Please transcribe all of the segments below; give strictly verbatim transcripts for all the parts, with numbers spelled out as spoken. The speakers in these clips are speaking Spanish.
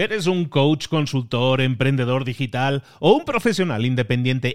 ¿Eres un coach, consultor, emprendedor digital o un profesional independiente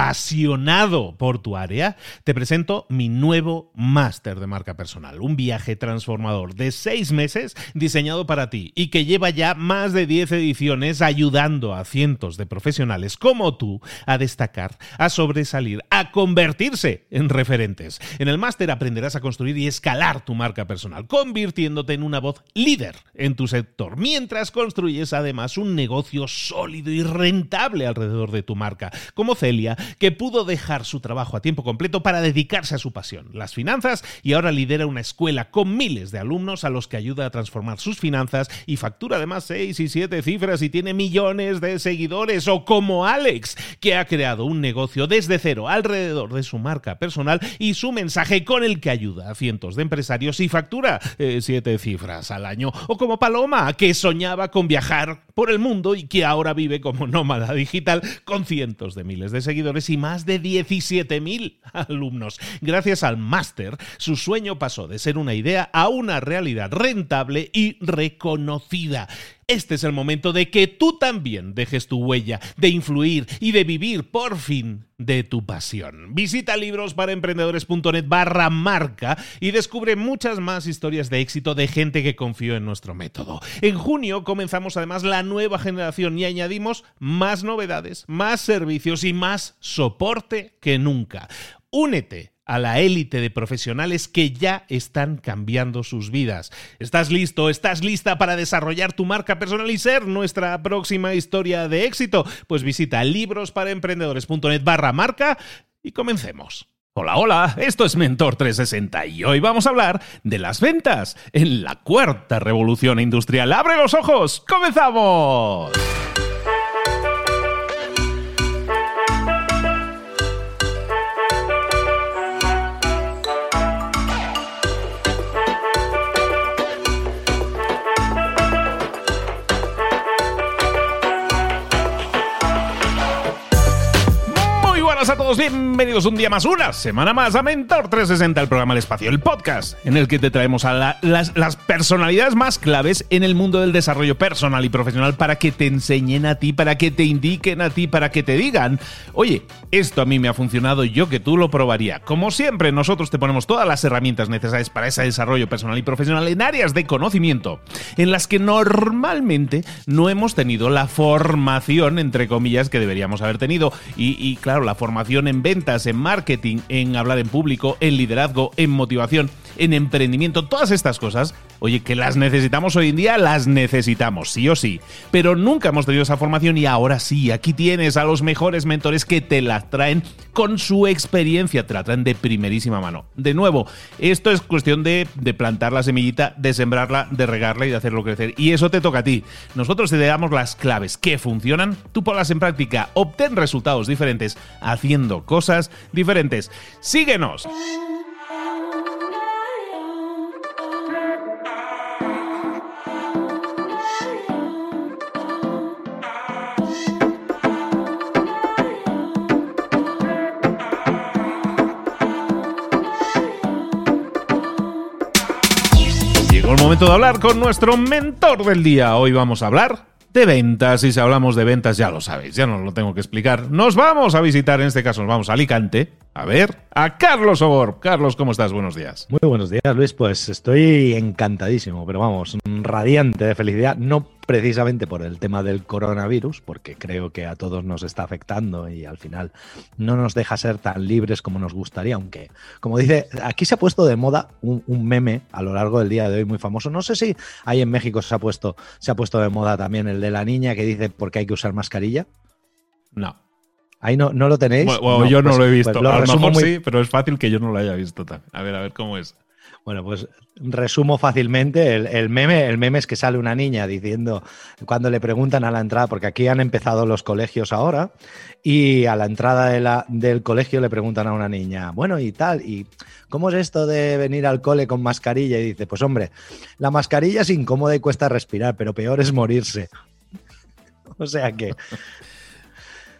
apasionado por tu área? Te presento mi nuevo máster de marca personal, un viaje transformador de seis meses diseñado para ti y que lleva ya más de diez ediciones ayudando a cientos de profesionales como tú a destacar, a sobresalir, a convertirse en referentes. En el máster aprenderás a construir y escalar tu marca personal, convirtiéndote en una voz líder en tu sector, mientras construyes además un negocio sólido y rentable alrededor de tu marca, como Celia, que pudo dejar su trabajo a tiempo completo para dedicarse a su pasión, las finanzas, y ahora lidera una escuela con miles de alumnos a los que ayuda a transformar sus finanzas y factura además seis y siete cifras y tiene millones de seguidores. O como Alex, que ha creado un negocio desde cero alrededor de su marca personal y su mensaje, con el que ayuda a cientos de empresarios y factura eh, siete cifras al año. O como Paloma, que soñaba con viajar por el mundo y que ahora vive como nómada digital con cientos de miles de seguidores y más de diecisiete mil alumnos. Gracias al máster, su sueño pasó de ser una idea a una realidad rentable y reconocida. Este es el momento de que tú también dejes tu huella, de influir y de vivir por fin de tu pasión. Visita librosparaemprendedores.net barra marca y descubre muchas más historias de éxito de gente que confió en nuestro método. En junio comenzamos además la nueva generación y añadimos más novedades, más servicios y más soporte que nunca. Únete a la élite de profesionales que ya están cambiando sus vidas. ¿Estás listo? ¿Estás lista para desarrollar tu marca personal y ser nuestra próxima historia de éxito? Pues visita librosparaemprendedores.net barra marca y comencemos. Hola, hola, esto es Mentor trescientos sesenta y hoy vamos a hablar de las ventas en la cuarta revolución industrial. ¡Abre los ojos! ¡Comenzamos! A todos, bienvenidos un día más, una semana más a Mentor trescientos sesenta, el programa El Espacio, el podcast en el que te traemos a la, las, las personalidades más claves en el mundo del desarrollo personal y profesional para que te enseñen a ti, para que te indiquen a ti, para que te digan, oye, esto a mí me ha funcionado, yo que tú lo probaría. Como siempre, nosotros te ponemos todas las herramientas necesarias para ese desarrollo personal y profesional en áreas de conocimiento en las que normalmente no hemos tenido la formación, entre comillas, que deberíamos haber tenido. Y, y claro, la formación Formación en ventas, en marketing, en hablar en público, en liderazgo, en motivación, en emprendimiento, todas estas cosas, oye, que las necesitamos hoy en día, las necesitamos, sí o sí. Pero nunca hemos tenido esa formación y ahora sí, aquí tienes a los mejores mentores que te las traen con su experiencia, te la traen de primerísima mano. De nuevo, esto es cuestión de, de plantar la semillita, de sembrarla, de regarla y de hacerlo crecer. Y eso te toca a ti. Nosotros te damos las claves que funcionan, tú ponlas en práctica, obtén resultados diferentes, haciendo cosas diferentes. ¡Síguenos! Llegó el momento de hablar con nuestro mentor del día. Hoy vamos a hablar de ventas, y si hablamos de ventas ya lo sabéis, ya no lo tengo que explicar. Nos vamos a visitar, en este caso nos vamos a Alicante, a ver a Carlos Obor. Carlos, ¿cómo estás? Buenos días. Muy buenos días, Luis. Pues estoy encantadísimo, pero vamos, radiante de felicidad, no precisamente por el tema del coronavirus, porque creo que a todos nos está afectando y al final no nos deja ser tan libres como nos gustaría, aunque, como dice, aquí se ha puesto de moda un, un meme a lo largo del día de hoy muy famoso. No sé si ahí en México se ha puesto, se ha puesto de moda también el de la niña que dice ¿por qué hay que usar mascarilla? No. Ahí no, ¿no lo tenéis? Bueno, bueno, no, yo no pues, lo he visto. Pues lo a lo mejor muy... sí, pero es fácil que yo no lo haya visto también. A ver, a ver cómo es. Bueno, pues resumo fácilmente. El, el meme el meme es que sale una niña diciendo, cuando le preguntan a la entrada, porque aquí han empezado los colegios ahora, y a la entrada de la, del colegio le preguntan a una niña, bueno, y tal, y ¿cómo es esto de venir al cole con mascarilla? Y dice, pues hombre, la mascarilla es incómoda y cuesta respirar, pero peor es morirse. O sea que...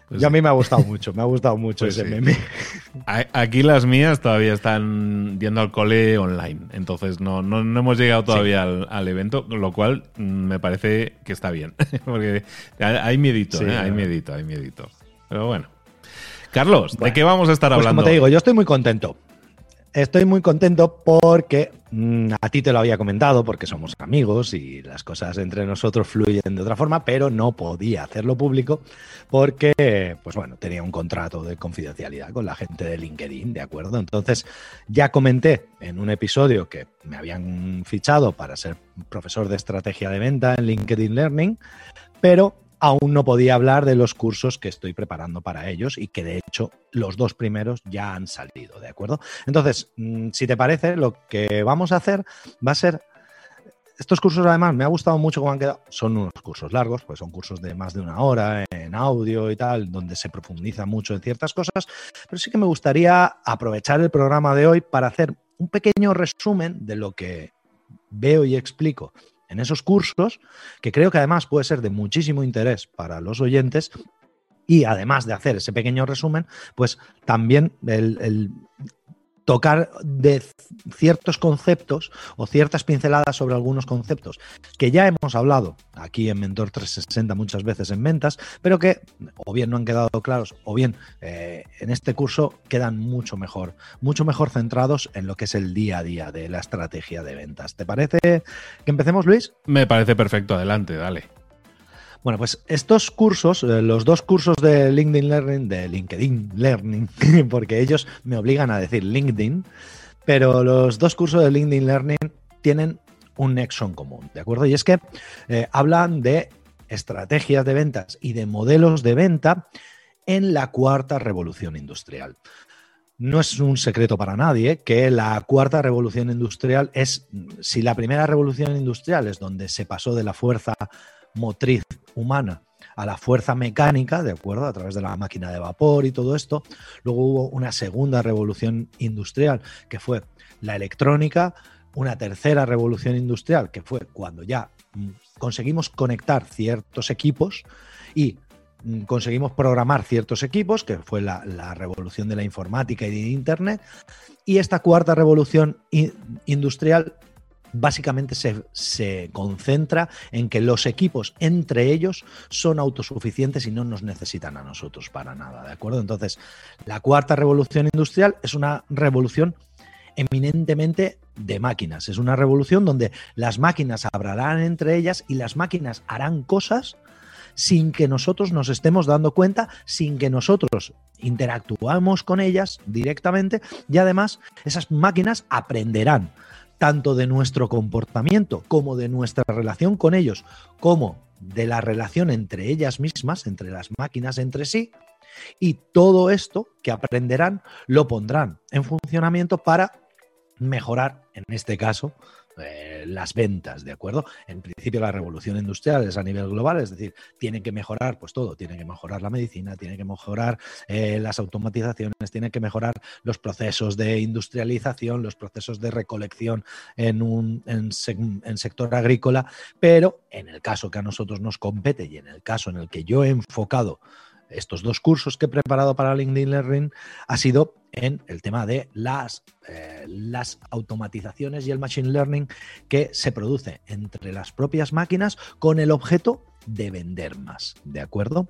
Pues y a sí. mí me ha gustado mucho, me ha gustado mucho pues ese sí. meme. Aquí las mías todavía están yendo al cole online, entonces no, no, no hemos llegado todavía sí. al, al evento, lo cual me parece que está bien, porque hay miedito, sí, ¿eh? hay miedito, hay miedito. Pero bueno. Carlos, bueno, ¿de qué vamos a estar pues hablando? Como te digo, yo estoy muy contento. Estoy muy contento porque mmm, a ti te lo había comentado, porque somos amigos y las cosas entre nosotros fluyen de otra forma, pero no podía hacerlo público porque, pues bueno, tenía un contrato de confidencialidad con la gente de LinkedIn, ¿de acuerdo? Entonces, ya comenté en un episodio que me habían fichado para ser profesor de estrategia de venta en LinkedIn Learning, pero aún no podía hablar de los cursos que estoy preparando para ellos y que de hecho los dos primeros ya han salido, ¿de acuerdo? Entonces, si te parece, lo que vamos a hacer va a ser... Estos cursos además me ha gustado mucho cómo han quedado. Son unos cursos largos, pues son cursos de más de una hora en audio y tal, donde se profundiza mucho en ciertas cosas, pero sí que me gustaría aprovechar el programa de hoy para hacer un pequeño resumen de lo que veo y explico en esos cursos, que creo que además puede ser de muchísimo interés para los oyentes, y además de hacer ese pequeño resumen, pues también el, el tocar de ciertos conceptos o ciertas pinceladas sobre algunos conceptos que ya hemos hablado aquí en Mentor trescientos sesenta muchas veces en ventas, pero que o bien no han quedado claros o bien eh, en este curso quedan mucho mejor, mucho mejor centrados en lo que es el día a día de la estrategia de ventas. ¿Te parece que empecemos, Luis? Me parece perfecto, adelante, dale. Bueno, pues estos cursos, eh, los dos cursos de LinkedIn Learning, de LinkedIn Learning, porque ellos me obligan a decir LinkedIn, pero los dos cursos de LinkedIn Learning tienen un nexo en común, ¿de acuerdo? Y es que eh, hablan de estrategias de ventas y de modelos de venta en la cuarta revolución industrial. No es un secreto para nadie que la cuarta revolución industrial es, si la primera revolución industrial es donde se pasó de la fuerza motriz humana a la fuerza mecánica, ¿de acuerdo? A través de la máquina de vapor y todo esto. Luego hubo una segunda revolución industrial, que fue la electrónica, una tercera revolución industrial, que fue cuando ya conseguimos conectar ciertos equipos y conseguimos programar ciertos equipos, que fue la, la revolución de la informática y de Internet. Y esta cuarta revolución industrial básicamente se, se concentra en que los equipos entre ellos son autosuficientes y no nos necesitan a nosotros para nada, ¿de acuerdo? Entonces, la cuarta revolución industrial es una revolución eminentemente de máquinas. Es una revolución donde las máquinas hablarán entre ellas y las máquinas harán cosas sin que nosotros nos estemos dando cuenta, sin que nosotros interactuamos con ellas directamente, y además esas máquinas aprenderán tanto de nuestro comportamiento como de nuestra relación con ellos, como de la relación entre ellas mismas, entre las máquinas entre sí, y todo esto que aprenderán lo pondrán en funcionamiento para mejorar, en este caso, eh, las ventas, ¿de acuerdo? En principio la revolución industrial es a nivel global, es decir, tiene que mejorar pues todo, tiene que mejorar la medicina, tiene que mejorar eh, las automatizaciones, tiene que mejorar los procesos de industrialización, los procesos de recolección en un en, seg- en sector agrícola, pero en el caso que a nosotros nos compete y en el caso en el que yo he enfocado estos dos cursos que he preparado para LinkedIn Learning ha sido en el tema de las, eh, las automatizaciones y el machine learning que se produce entre las propias máquinas con el objeto de vender más, ¿de acuerdo?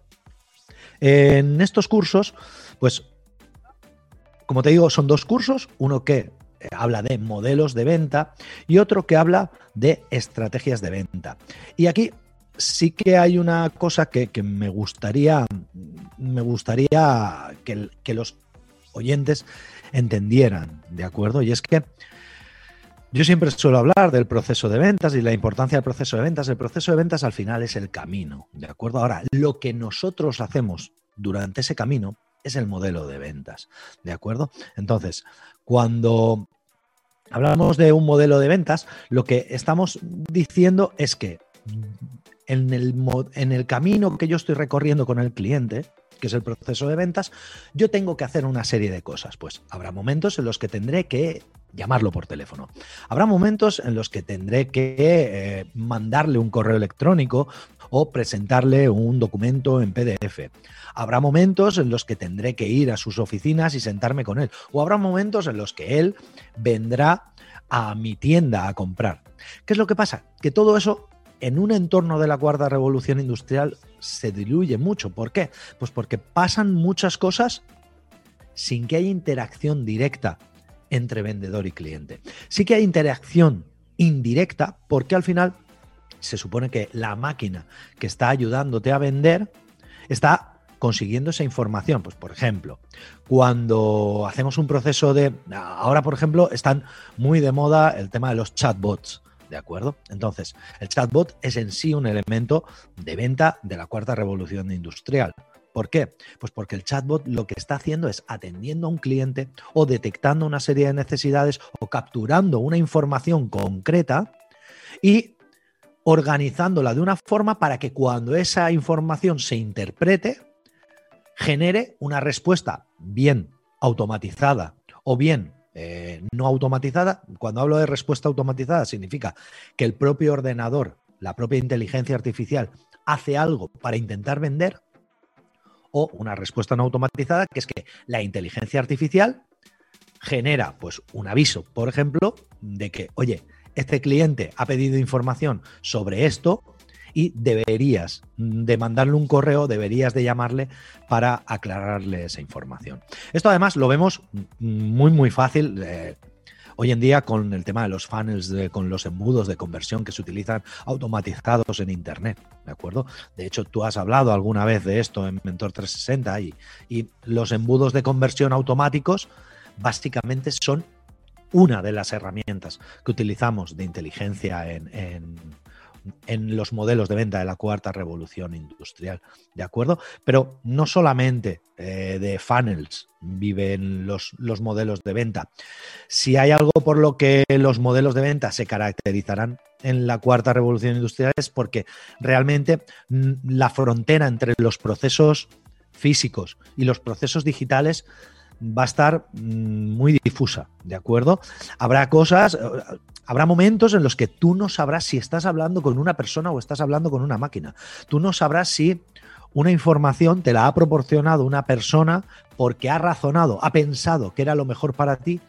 En estos cursos, pues, como te digo, son dos cursos, uno que eh, habla de modelos de venta y otro que habla de estrategias de venta. Y aquí sí que hay una cosa que, que me gustaría, me gustaría que, que los oyentes entendieran, ¿de acuerdo? Y es que yo siempre suelo hablar del proceso de ventas y la importancia del proceso de ventas. El proceso de ventas al final es el camino, ¿de acuerdo? Ahora, lo que nosotros hacemos durante ese camino es el modelo de ventas, ¿de acuerdo? Entonces, cuando hablamos de un modelo de ventas, lo que estamos diciendo es que en el, en el camino que yo estoy recorriendo con el cliente, que es el proceso de ventas, yo tengo que hacer una serie de cosas. Pues habrá momentos en los que tendré que llamarlo por teléfono. Habrá momentos en los que tendré que eh, mandarle un correo electrónico o presentarle un documento en P D F. Habrá momentos en los que tendré que ir a sus oficinas y sentarme con él. O habrá momentos en los que él vendrá a mi tienda a comprar. ¿Qué es lo que pasa? Que todo eso en un entorno de la cuarta revolución industrial se diluye mucho. ¿Por qué? Pues porque pasan muchas cosas sin que haya interacción directa entre vendedor y cliente. Sí que hay interacción indirecta porque al final se supone que la máquina que está ayudándote a vender está consiguiendo esa información. Pues, por ejemplo, cuando hacemos un proceso de... Ahora, por ejemplo, están muy de moda el tema de los chatbots, ¿de acuerdo? Entonces, el chatbot es en sí un elemento de venta de la cuarta revolución industrial. ¿Por qué? Pues porque el chatbot lo que está haciendo es atendiendo a un cliente o detectando una serie de necesidades o capturando una información concreta y organizándola de una forma para que cuando esa información se interprete, genere una respuesta bien automatizada o bien eh, no automatizada. Cuando hablo de respuesta automatizada significa que el propio ordenador, la propia inteligencia artificial, hace algo para intentar vender, o una respuesta no automatizada, que es que la inteligencia artificial genera pues un aviso, por ejemplo, de que, oye, este cliente ha pedido información sobre esto y deberías de mandarle un correo, deberías de llamarle para aclararle esa información. Esto además lo vemos muy, muy fácil eh, hoy en día con el tema de los funnels, de, con los embudos de conversión que se utilizan automatizados en Internet, ¿de acuerdo? De hecho, tú has hablado alguna vez de esto en Mentor trescientos sesenta y, y los embudos de conversión automáticos básicamente son una de las herramientas que utilizamos de inteligencia en, en, en los modelos de venta de la cuarta revolución industrial, ¿de acuerdo? Pero no solamente eh, de funnels viven los, los modelos de venta. Si hay algo por lo que los modelos de venta se caracterizarán en la cuarta revolución industrial es porque realmente la frontera entre los procesos físicos y los procesos digitales va a estar muy difusa, ¿de acuerdo? Habrá cosas, habrá momentos en los que tú no sabrás si estás hablando con una persona o estás hablando con una máquina. Tú no sabrás si una información te la ha proporcionado una persona porque ha razonado, ha pensado que era lo mejor para ti,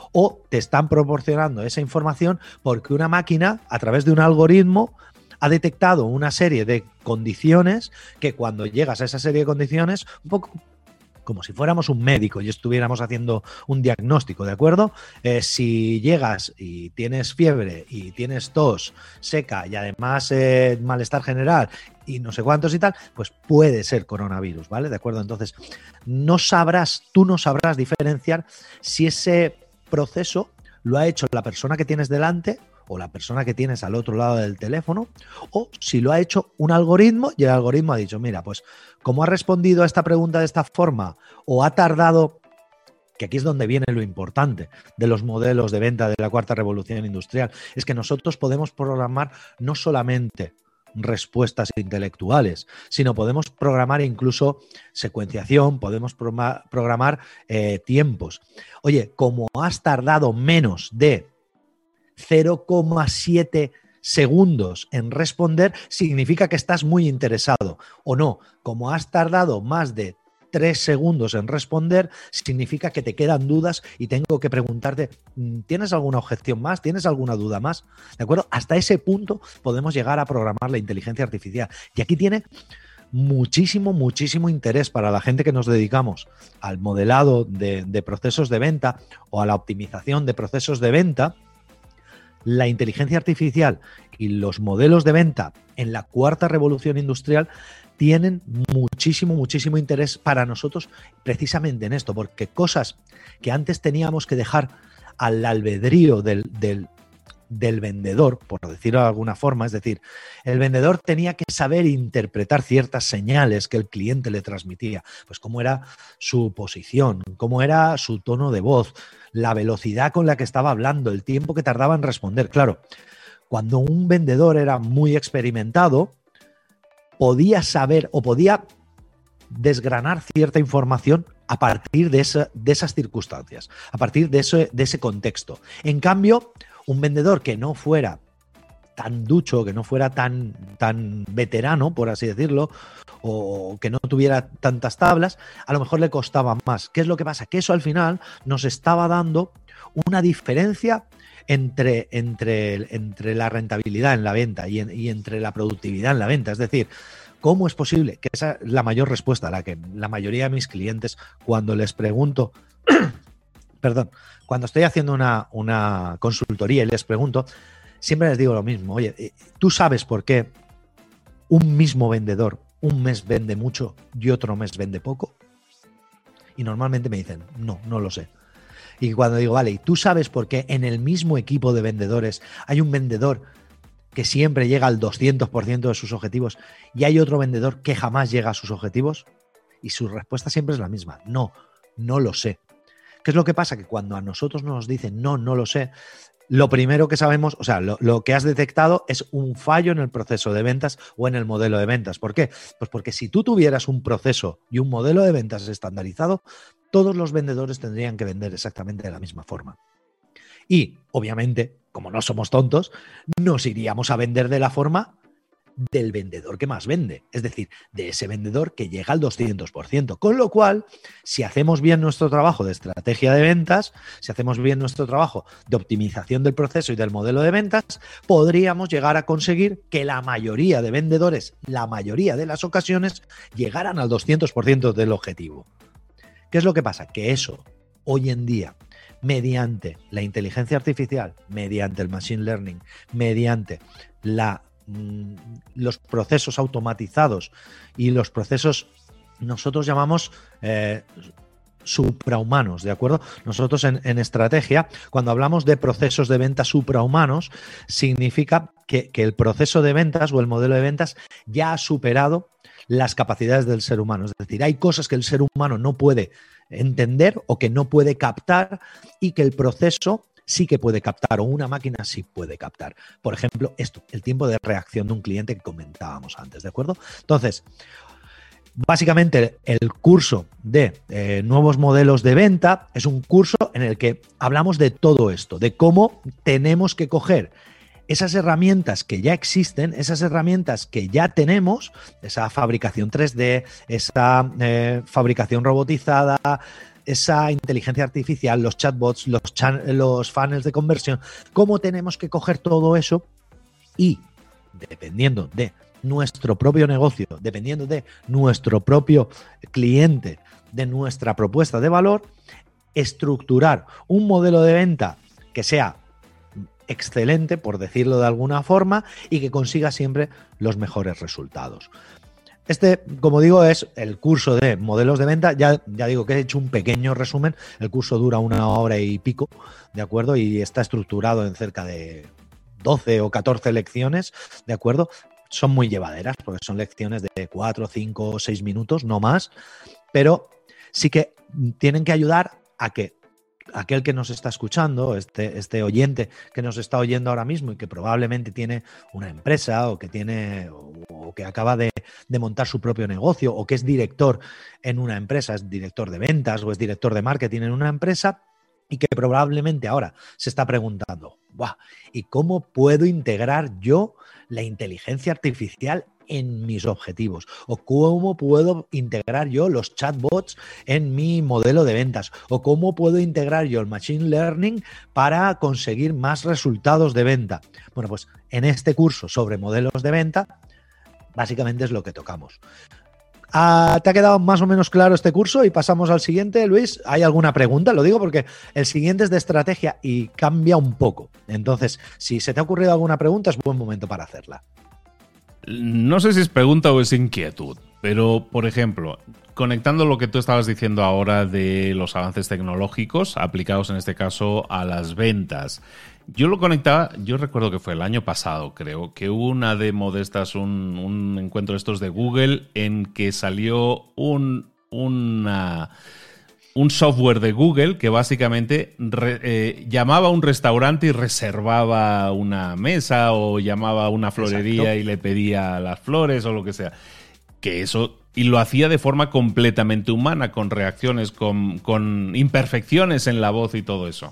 o te están proporcionando esa información porque una máquina, a través de un algoritmo, ha detectado una serie de condiciones que cuando llegas a esa serie de condiciones, un poco como si fuéramos un médico y estuviéramos haciendo un diagnóstico, ¿de acuerdo? Eh, si llegas y tienes fiebre y tienes tos seca y además eh, malestar general y no sé cuántos y tal, pues puede ser coronavirus, ¿vale? ¿De acuerdo? Entonces, no sabrás, tú no sabrás diferenciar si ese proceso lo ha hecho la persona que tienes delante o la persona que tienes al otro lado del teléfono, o si lo ha hecho un algoritmo y el algoritmo ha dicho, mira, pues como ha respondido a esta pregunta de esta forma o ha tardado, que aquí es donde viene lo importante de los modelos de venta de la cuarta revolución industrial, es que nosotros podemos programar no solamente respuestas intelectuales, sino podemos programar incluso secuenciación, podemos programar eh, tiempos. Oye, como has tardado menos de cero coma siete segundos en responder, significa que estás muy interesado. O no, como has tardado más de tres segundos en responder, significa que te quedan dudas y tengo que preguntarte, ¿tienes alguna objeción más? ¿Tienes alguna duda más? ¿De acuerdo? Hasta ese punto podemos llegar a programar la inteligencia artificial. Y aquí tiene muchísimo, muchísimo interés para la gente que nos dedicamos al modelado de, de procesos de venta o a la optimización de procesos de venta. La inteligencia artificial y los modelos de venta en la cuarta revolución industrial tienen muchísimo, muchísimo interés para nosotros precisamente en esto, porque cosas que antes teníamos que dejar al albedrío del, del, del vendedor, por decirlo de alguna forma, es decir, el vendedor tenía que saber interpretar ciertas señales que el cliente le transmitía, pues cómo era su posición, cómo era su tono de voz, la velocidad con la que estaba hablando, el tiempo que tardaba en responder. Claro, cuando un vendedor era muy experimentado, podía saber o podía desgranar cierta información a partir de, esa, de esas circunstancias, a partir de, eso, de ese contexto. En cambio, un vendedor que no fuera tan ducho, que no fuera tan, tan veterano, por así decirlo, o que no tuviera tantas tablas, a lo mejor le costaba más. ¿Qué es lo que pasa? Que eso al final nos estaba dando una diferencia entre, entre, entre la rentabilidad en la venta y, en, y entre la productividad en la venta. Es decir, ¿cómo es posible? Que esa es la mayor respuesta a la que la mayoría de mis clientes, cuando les pregunto, perdón, cuando estoy haciendo una, una consultoría y les pregunto, siempre les digo lo mismo. Oye, ¿tú sabes por qué un mismo vendedor un mes vende mucho y otro mes vende poco? Y normalmente me dicen, no, no lo sé. Y cuando digo, vale, ¿y tú sabes por qué en el mismo equipo de vendedores hay un vendedor que siempre llega al doscientos por ciento de sus objetivos y hay otro vendedor que jamás llega a sus objetivos? Y su respuesta siempre es la misma, no, no lo sé. ¿Qué es lo que pasa? Que cuando a nosotros nos dicen, no, no lo sé, lo primero que sabemos, o sea, lo, lo que has detectado es un fallo en el proceso de ventas o en el modelo de ventas. ¿Por qué? Pues porque si tú tuvieras un proceso y un modelo de ventas estandarizado, todos los vendedores tendrían que vender exactamente de la misma forma. Y, obviamente, como no somos tontos, nos iríamos a vender de la forma del vendedor que más vende, es decir, de ese vendedor que llega al doscientos por ciento. Con lo cual, si hacemos bien nuestro trabajo de estrategia de ventas, si hacemos bien nuestro trabajo de optimización del proceso y del modelo de ventas, podríamos llegar a conseguir que la mayoría de vendedores, la mayoría de las ocasiones, llegaran al doscientos por ciento del objetivo. ¿Qué es lo que pasa? Que eso, hoy en día, mediante la inteligencia artificial, mediante el machine learning, mediante la los procesos automatizados y los procesos nosotros llamamos eh, suprahumanos, ¿de acuerdo? Nosotros en, en estrategia, cuando hablamos de procesos de venta suprahumanos, significa que, que el proceso de ventas o el modelo de ventas ya ha superado las capacidades del ser humano. Es decir, hay cosas que el ser humano no puede entender o que no puede captar y que el proceso sí que puede captar, o una máquina sí puede captar. Por ejemplo, esto, el tiempo de reacción de un cliente que comentábamos antes, ¿de acuerdo? Entonces, básicamente el curso de eh, nuevos modelos de venta es un curso en el que hablamos de todo esto, de cómo tenemos que coger esas herramientas que ya existen, esas herramientas que ya tenemos, esa fabricación tres D, esa eh, fabricación robotizada, esa inteligencia artificial, los chatbots, los, chan- los funnels de conversión, cómo tenemos que coger todo eso y, dependiendo de nuestro propio negocio, dependiendo de nuestro propio cliente, de nuestra propuesta de valor, estructurar un modelo de venta que sea excelente, por decirlo de alguna forma, y que consiga siempre los mejores resultados. Este, como digo, es el curso de modelos de venta. Ya, ya digo que he hecho un pequeño resumen. El curso dura una hora y pico, ¿de acuerdo? Y está estructurado en cerca de doce o catorce lecciones, ¿de acuerdo? Son muy llevaderas porque son lecciones de cuatro, cinco o seis minutos, no más. Pero sí que tienen que ayudar a que aquel que nos está escuchando, este, este oyente que nos está oyendo ahora mismo y que probablemente tiene una empresa o que tiene o, o que acaba de, de montar su propio negocio o que es director en una empresa, es director de ventas o es director de marketing en una empresa y que probablemente ahora se está preguntando, ¡buah! ¿Y cómo puedo integrar yo la inteligencia artificial en mis objetivos? ¿O cómo puedo integrar yo los chatbots en mi modelo de ventas? ¿O cómo puedo integrar yo el machine learning para conseguir más resultados de venta? Bueno, pues en este curso sobre modelos de venta, básicamente es lo que tocamos. Ah, ¿te ha quedado más o menos claro este curso? Y pasamos al siguiente, Luis. ¿Hay alguna pregunta? Lo digo porque el siguiente es de estrategia y cambia un poco. Entonces, si se te ha ocurrido alguna pregunta, es buen momento para hacerla. No sé si es pregunta o es inquietud, pero, por ejemplo, conectando lo que tú estabas diciendo ahora de los avances tecnológicos aplicados en este caso a las ventas, yo lo conectaba, yo recuerdo que fue el año pasado, creo, que hubo una demo de estas, un, un encuentro de estos de Google en que salió un, una... un software de Google que básicamente re, eh, llamaba a un restaurante y reservaba una mesa o llamaba a una florería. Exacto. Y le pedía las flores o lo que sea. que eso... Y lo hacía de forma completamente humana, con reacciones, con, con imperfecciones en la voz y todo eso.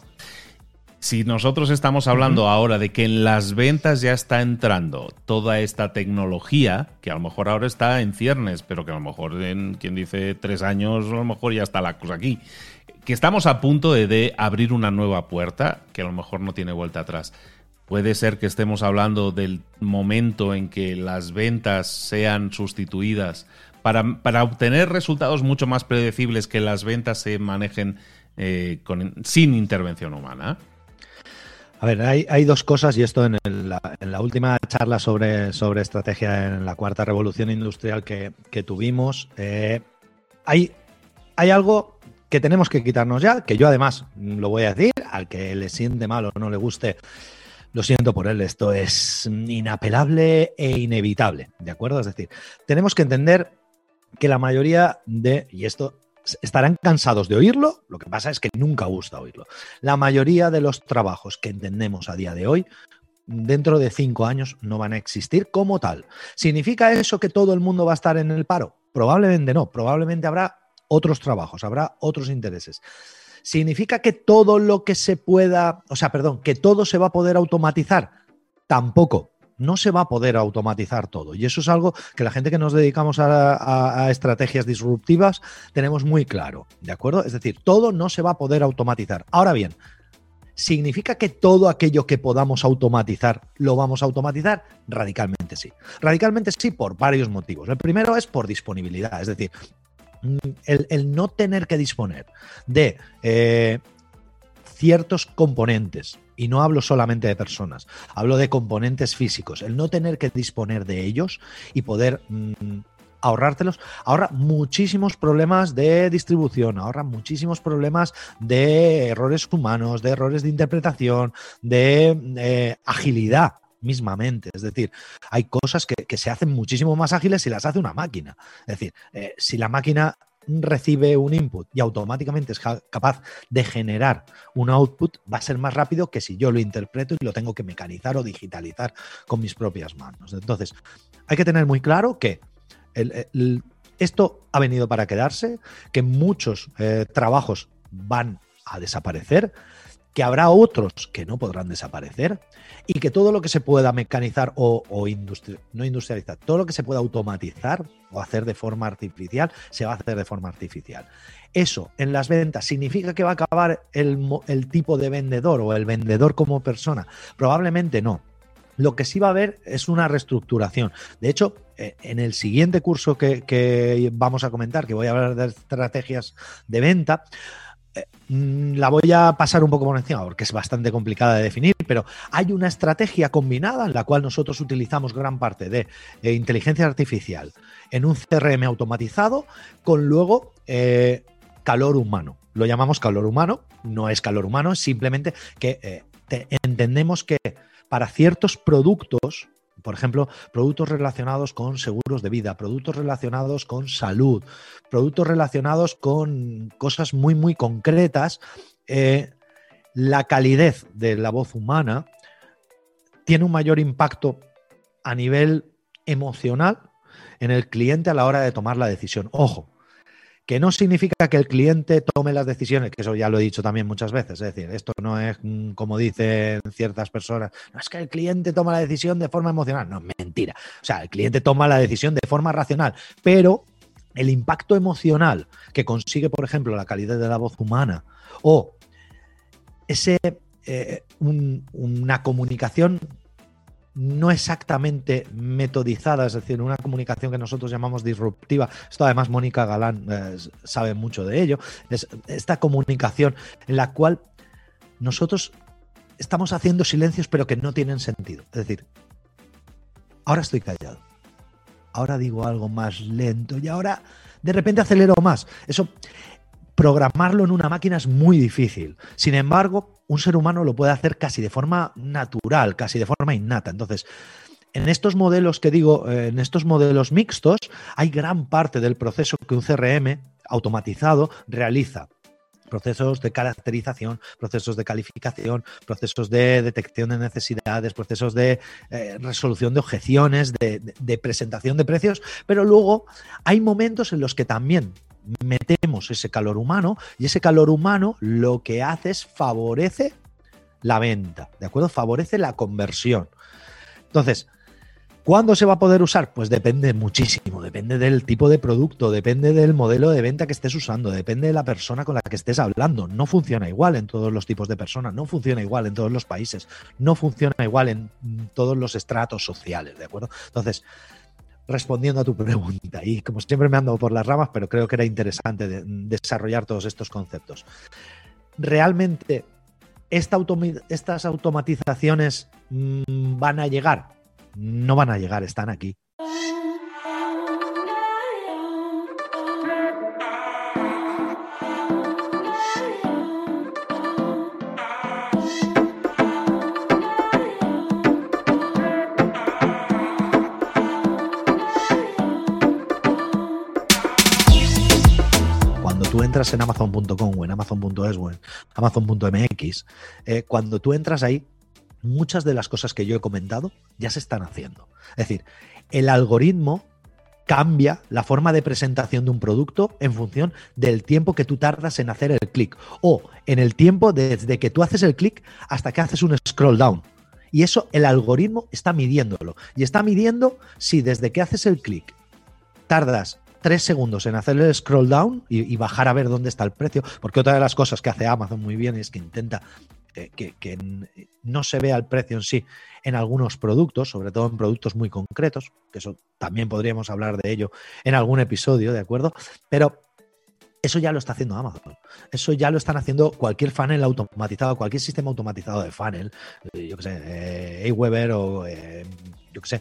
Si nosotros estamos hablando uh-huh. ahora de que en las ventas ya está entrando toda esta tecnología, que a lo mejor ahora está en ciernes, pero que a lo mejor en, quien dice, tres años, a lo mejor ya está la cosa aquí, que estamos a punto de, de abrir una nueva puerta, que a lo mejor no tiene vuelta atrás. Puede ser que estemos hablando del momento en que las ventas sean sustituidas para, para obtener resultados mucho más predecibles, que las ventas se manejen eh, con, sin intervención humana. A ver, hay, hay dos cosas, y esto en, el, la, en la última charla sobre, sobre estrategia en la cuarta revolución industrial que, que tuvimos, eh, hay, hay algo que tenemos que quitarnos ya, que yo además lo voy a decir, al que le siente mal o no le guste, lo siento por él, esto es inapelable e inevitable, ¿de acuerdo? Es decir, tenemos que entender que la mayoría de, y esto estarán cansados de oírlo, lo que pasa es que nunca gusta oírlo, la mayoría de los trabajos que entendemos a día de hoy, dentro de cinco años no van a existir como tal. ¿Significa eso que todo el mundo va a estar en el paro? Probablemente no, probablemente habrá otros trabajos, habrá otros intereses. ¿Significa que todo lo que se pueda, o sea, perdón, que todo se va a poder automatizar? Tampoco. No se va a poder automatizar todo. Y eso es algo que la gente que nos dedicamos a, a, a estrategias disruptivas tenemos muy claro, ¿de acuerdo? Es decir, todo no se va a poder automatizar. Ahora bien, ¿significa que todo aquello que podamos automatizar lo vamos a automatizar? Radicalmente sí. Radicalmente sí por varios motivos. El primero es por disponibilidad, es decir, el, el no tener que disponer de eh, ciertos componentes, y no hablo solamente de personas, hablo de componentes físicos, el no tener que disponer de ellos y poder mmm, ahorrártelos, ahorra muchísimos problemas de distribución, ahorra muchísimos problemas de errores humanos, de errores de interpretación, de eh, agilidad mismamente. Es decir, hay cosas que, que se hacen muchísimo más ágiles si las hace una máquina. Es decir, eh, si la máquina recibe un input y automáticamente es capaz de generar un output, va a ser más rápido que si yo lo interpreto y lo tengo que mecanizar o digitalizar con mis propias manos. Entonces, hay que tener muy claro que el, el, esto ha venido para quedarse, que muchos eh, trabajos van a desaparecer, que habrá otros que no podrán desaparecer y que todo lo que se pueda mecanizar o, o industri- no industrializar, todo lo que se pueda automatizar o hacer de forma artificial, se va a hacer de forma artificial. Eso en las ventas significa que va a acabar el, el tipo de vendedor o el vendedor como persona. Probablemente no. Lo que sí va a haber es una reestructuración. De hecho, eh, en el siguiente curso que, que vamos a comentar, que voy a hablar de estrategias de venta, la voy a pasar un poco por encima porque es bastante complicada de definir, pero hay una estrategia combinada en la cual nosotros utilizamos gran parte de eh, inteligencia artificial en un C R M automatizado con luego eh, calor humano. Lo llamamos calor humano, no es calor humano, es simplemente que eh, te, entendemos que para ciertos productos, por ejemplo, productos relacionados con seguros de vida, productos relacionados con salud, productos relacionados con cosas muy, muy concretas, eh, la calidez de la voz humana tiene un mayor impacto a nivel emocional en el cliente a la hora de tomar la decisión. Ojo, que no significa que el cliente tome las decisiones, que eso ya lo he dicho también muchas veces, es decir, esto no es como dicen ciertas personas, no es que el cliente toma la decisión de forma emocional, no, mentira, o sea, el cliente toma la decisión de forma racional, pero el impacto emocional que consigue, por ejemplo, la calidad de la voz humana o ese, eh, un, una comunicación no exactamente metodizada, es decir, una comunicación que nosotros llamamos disruptiva. Esto además Mónica Galán eh, sabe mucho de ello. Es esta comunicación en la cual nosotros estamos haciendo silencios pero que no tienen sentido. Es decir, ahora estoy callado, ahora digo algo más lento y ahora de repente acelero más. Eso, programarlo en una máquina es muy difícil. Sin embargo, un ser humano lo puede hacer casi de forma natural, casi de forma innata. Entonces, en estos modelos que digo, en estos modelos mixtos, hay gran parte del proceso que un C R M automatizado realiza. procesos de caracterización, procesos de calificación, procesos de detección de necesidades, procesos de eh, resolución de objeciones, de, de, de presentación de precios, pero luego hay momentos en los que también metemos ese calor humano y ese calor humano lo que hace es favorece la venta, ¿de acuerdo? Favorece la conversión. Entonces, ¿cuándo se va a poder usar? Pues depende muchísimo, depende del tipo de producto, depende del modelo de venta que estés usando, depende de la persona con la que estés hablando. No funciona igual en todos los tipos de personas, no funciona igual en todos los países, no funciona igual en todos los estratos sociales, ¿de acuerdo? Entonces, respondiendo a tu pregunta, y como siempre me ando por las ramas, pero creo que era interesante de, desarrollar todos estos conceptos. ¿Realmente esta automi- estas automatizaciones mmm, van a llegar? No van a llegar, están aquí. Cuando tú entras en amazon punto com o en amazon punto es o en amazon punto m x, eh, cuando tú entras ahí, muchas de las cosas que yo he comentado ya se están haciendo. Es decir, el algoritmo cambia la forma de presentación de un producto en función del tiempo que tú tardas en hacer el clic o en el tiempo desde que tú haces el clic hasta que haces un scroll down. Y eso el algoritmo está midiéndolo. Y está midiendo si desde que haces el clic tardas tres segundos en hacer el scroll down y, y bajar a ver dónde está el precio. Porque otra de las cosas que hace Amazon muy bien es que intenta Que, que, que no se vea el precio en sí en algunos productos, sobre todo en productos muy concretos, que eso también podríamos hablar de ello en algún episodio, ¿de acuerdo? Pero eso ya lo está haciendo Amazon. Eso ya lo están haciendo cualquier funnel automatizado, cualquier sistema automatizado de funnel, yo qué sé, eh, Aweber o eh, yo qué sé,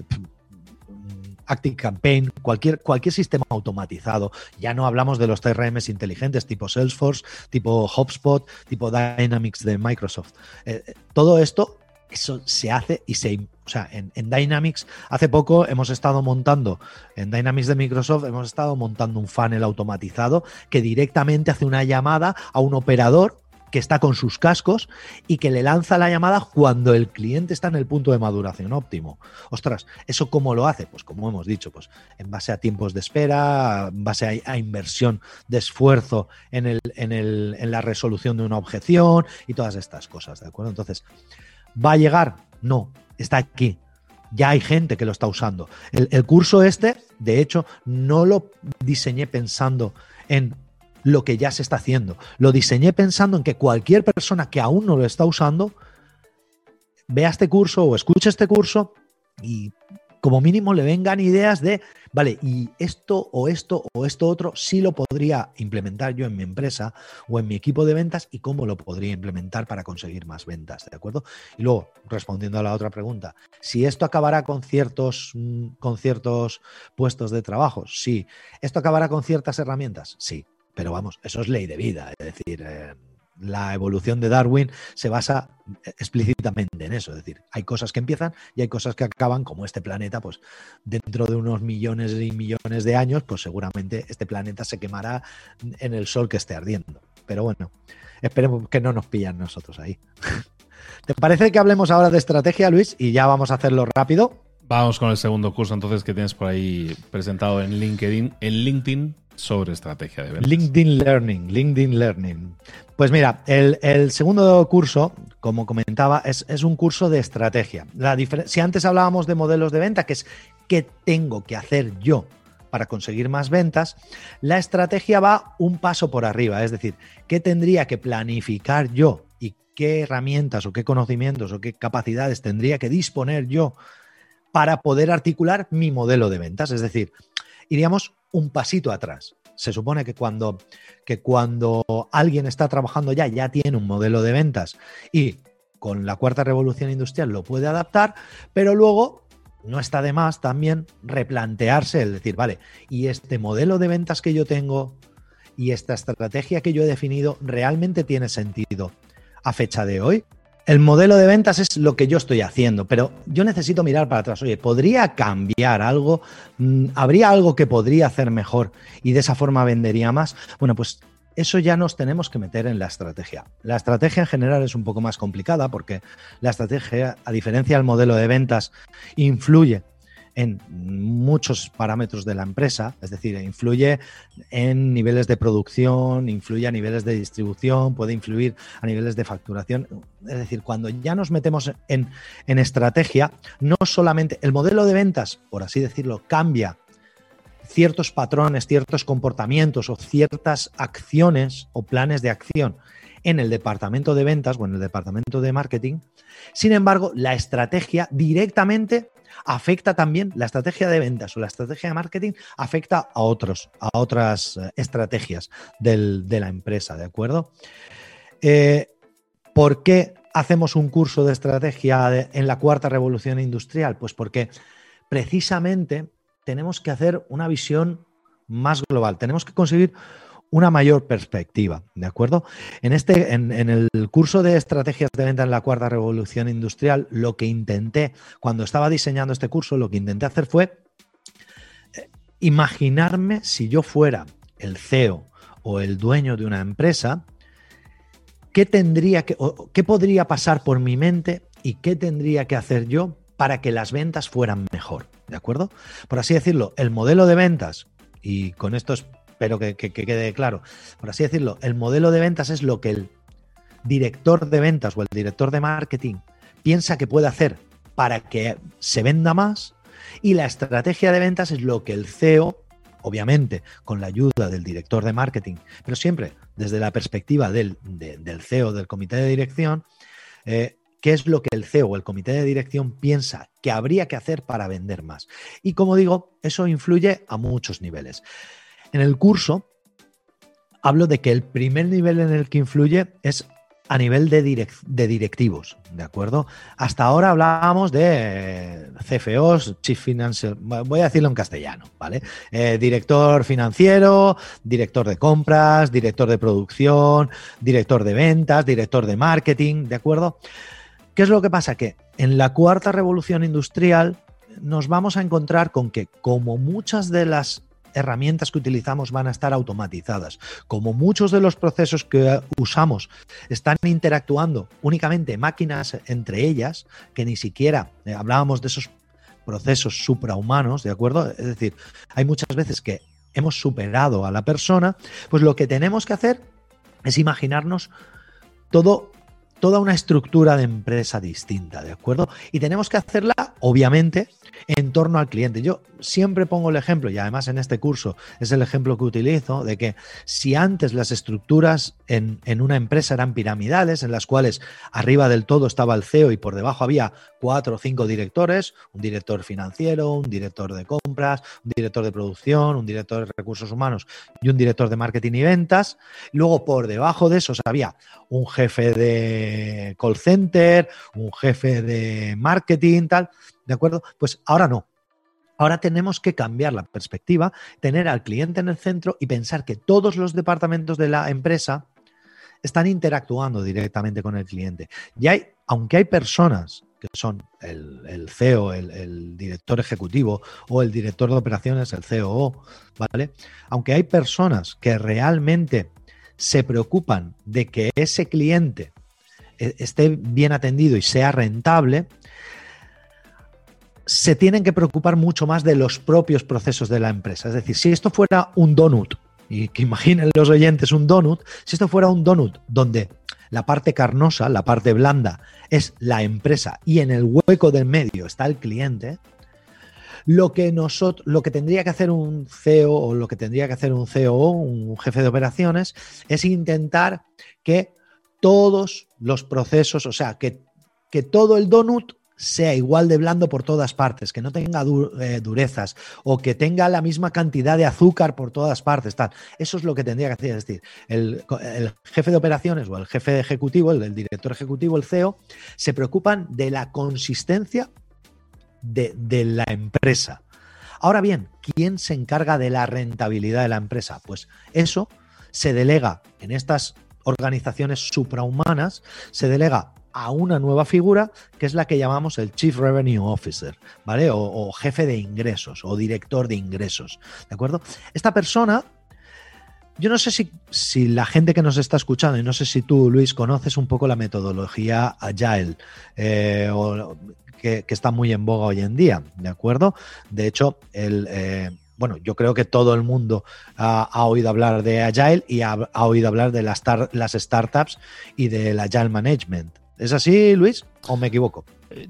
ActiveCampaign, cualquier, cualquier sistema automatizado. Ya no hablamos de los C R Ms inteligentes tipo Salesforce, tipo HubSpot, tipo Dynamics de Microsoft. Eh, todo esto, eso se hace y se... O sea, en, en Dynamics, hace poco hemos estado montando, en Dynamics de Microsoft, hemos estado montando un funnel automatizado que directamente hace una llamada a un operador que está con sus cascos y que le lanza la llamada cuando el cliente está en el punto de maduración óptimo. Ostras, ¿eso cómo lo hace? Pues como hemos dicho, pues en base a tiempos de espera, en base a, a inversión de esfuerzo en, el, en, el, en la resolución de una objeción y todas estas cosas, ¿de acuerdo? Entonces, ¿va a llegar? No, está aquí. Ya hay gente que lo está usando. El, el curso este, de hecho, no lo diseñé pensando en lo que ya se está haciendo. Lo diseñé pensando en que cualquier persona que aún no lo está usando vea este curso o escuche este curso y como mínimo le vengan ideas de, vale, y esto o esto o esto otro sí lo podría implementar yo en mi empresa o en mi equipo de ventas y cómo lo podría implementar para conseguir más ventas, ¿de acuerdo? Y luego, respondiendo a la otra pregunta, si esto acabará con ciertos, con ciertos puestos de trabajo, sí. ¿Esto acabará con ciertas herramientas? Sí. Pero vamos, eso es ley de vida, es decir, eh, la evolución de Darwin se basa explícitamente en eso, es decir, hay cosas que empiezan y hay cosas que acaban, como este planeta, pues dentro de unos millones y millones de años, pues seguramente este planeta se quemará en el sol que esté ardiendo. Pero bueno, esperemos que no nos pillan nosotros ahí. ¿Te parece que hablemos ahora de estrategia, Luis? Y ya vamos a hacerlo rápido. Vamos con el segundo curso entonces que tienes por ahí presentado en LinkedIn, en LinkedIn sobre estrategia de ventas. LinkedIn Learning, LinkedIn Learning. Pues mira, el, el segundo curso, como comentaba, es, es un curso de estrategia. La difer- si antes hablábamos de modelos de venta, que es qué tengo que hacer yo para conseguir más ventas, la estrategia va un paso por arriba, es decir, qué tendría que planificar yo y qué herramientas o qué conocimientos o qué capacidades tendría que disponer yo para poder articular mi modelo de ventas. Es decir, iríamos un pasito atrás. Se supone que cuando, que cuando alguien está trabajando ya, ya tiene un modelo de ventas y con la cuarta revolución industrial lo puede adaptar, pero luego no está de más también replantearse, el decir, vale, y este modelo de ventas que yo tengo y esta estrategia que yo he definido, ¿realmente tiene sentido a fecha de hoy? El modelo de ventas es lo que yo estoy haciendo, pero yo necesito mirar para atrás. Oye, ¿podría cambiar algo? ¿Habría algo que podría hacer mejor y de esa forma vendería más? Bueno, pues eso ya nos tenemos que meter en la estrategia. La estrategia en general es un poco más complicada porque la estrategia, a diferencia del modelo de ventas, influye en muchos parámetros de la empresa, es decir, influye en niveles de producción, influye a niveles de distribución, puede influir a niveles de facturación. Es decir, cuando ya nos metemos en, en estrategia, no solamente el modelo de ventas, por así decirlo, cambia ciertos patrones, ciertos comportamientos o ciertas acciones o planes de acción en el departamento de ventas o en el departamento de marketing. Sin embargo, la estrategia directamente afecta también, la estrategia de ventas o la estrategia de marketing afecta a otros, a otras estrategias del, de la empresa, ¿de acuerdo? Eh, ¿Por qué hacemos un curso de estrategia de, en la cuarta revolución industrial? Pues porque precisamente tenemos que hacer una visión más global, tenemos que conseguir una mayor perspectiva, ¿de acuerdo? En, este, en, en el curso de estrategias de venta en la cuarta revolución industrial, lo que intenté, cuando estaba diseñando este curso, lo que intenté hacer fue eh, imaginarme si yo fuera el C E O o el dueño de una empresa, qué tendría que, o, qué podría pasar por mi mente y qué tendría que hacer yo para que las ventas fueran mejor, ¿de acuerdo? Por así decirlo, el modelo de ventas, y con esto es Espero que, que, que quede claro. Por así decirlo, el modelo de ventas es lo que el director de ventas o el director de marketing piensa que puede hacer para que se venda más, y la estrategia de ventas es lo que el C E O, obviamente con la ayuda del director de marketing, pero siempre desde la perspectiva del, de, del C E O, del comité de dirección, eh, qué es lo que el C E O o el comité de dirección piensa que habría que hacer para vender más. Y como digo, eso influye a muchos niveles. En el curso hablo de que el primer nivel en el que influye es a nivel de, direct, de directivos, ¿de acuerdo? Hasta ahora hablábamos de C F Os, Chief Financial, voy a decirlo en castellano, ¿vale? Eh, director financiero, director de compras, director de producción, director de ventas, director de marketing, ¿de acuerdo? ¿Qué es lo que pasa? Que en la cuarta revolución industrial nos vamos a encontrar con que, como muchas de las herramientas que utilizamos van a estar automatizadas, como muchos de los procesos que usamos están interactuando únicamente máquinas entre ellas, que ni siquiera eh, hablábamos de esos procesos suprahumanos, ¿de acuerdo? Es decir, hay muchas veces que hemos superado a la persona, pues lo que tenemos que hacer es imaginarnos todo, toda una estructura de empresa distinta, ¿de acuerdo? Y tenemos que hacerla, obviamente, en torno al cliente. Yo siempre pongo el ejemplo, y además en este curso es el ejemplo que utilizo, de que si antes las estructuras en, en una empresa eran piramidales, en las cuales arriba del todo estaba el C E O y por debajo había cuatro o cinco directores, un director financiero, un director de compras, un director de producción, un director de recursos humanos y un director de marketing y ventas. Luego por debajo de esos había un jefe de call center, un jefe de marketing, tal, ¿de acuerdo? Pues ahora no. Ahora tenemos que cambiar la perspectiva, tener al cliente en el centro y pensar que todos los departamentos de la empresa están interactuando directamente con el cliente. Y hay, aunque hay personas que son el, el C E O, el, el director ejecutivo o el director de operaciones, el C O O, ¿vale? Aunque hay personas que realmente se preocupan de que ese cliente esté bien atendido y sea rentable, se tienen que preocupar mucho más de los propios procesos de la empresa. Es decir, si esto fuera un donut, y que imaginen los oyentes un donut, si esto fuera un donut donde la parte carnosa, la parte blanda, es la empresa y en el hueco del medio está el cliente, lo que, nosotros, lo que tendría que hacer un C E O o lo que tendría que hacer un C O O, un jefe de operaciones, es intentar que todos los procesos, o sea, que, que todo el donut sea igual de blando por todas partes, que no tenga du eh, durezas o que tenga la misma cantidad de azúcar por todas partes, tal. Eso es lo que tendría que hacer. Es decir, el, el jefe de operaciones o el jefe ejecutivo, el, el director ejecutivo, el C E O, se preocupan de la consistencia de, de la empresa. Ahora bien, ¿quién se encarga de la rentabilidad de la empresa? Pues eso se delega en estas organizaciones suprahumanas, se delega a una nueva figura que es la que llamamos el Chief Revenue Officer, ¿vale? O, o jefe de ingresos o director de ingresos, ¿de acuerdo? Esta persona yo no sé si, si la gente que nos está escuchando, y no sé si tú, Luis, conoces un poco la metodología Agile, eh, o, que, que está muy en boga hoy en día, ¿de acuerdo? De hecho, el... Eh, bueno, yo creo que todo el mundo ha, ha oído hablar de Agile y ha, ha oído hablar de las, tar, las startups y del Agile Management. ¿Es así, Luis? ¿O me equivoco? Eh,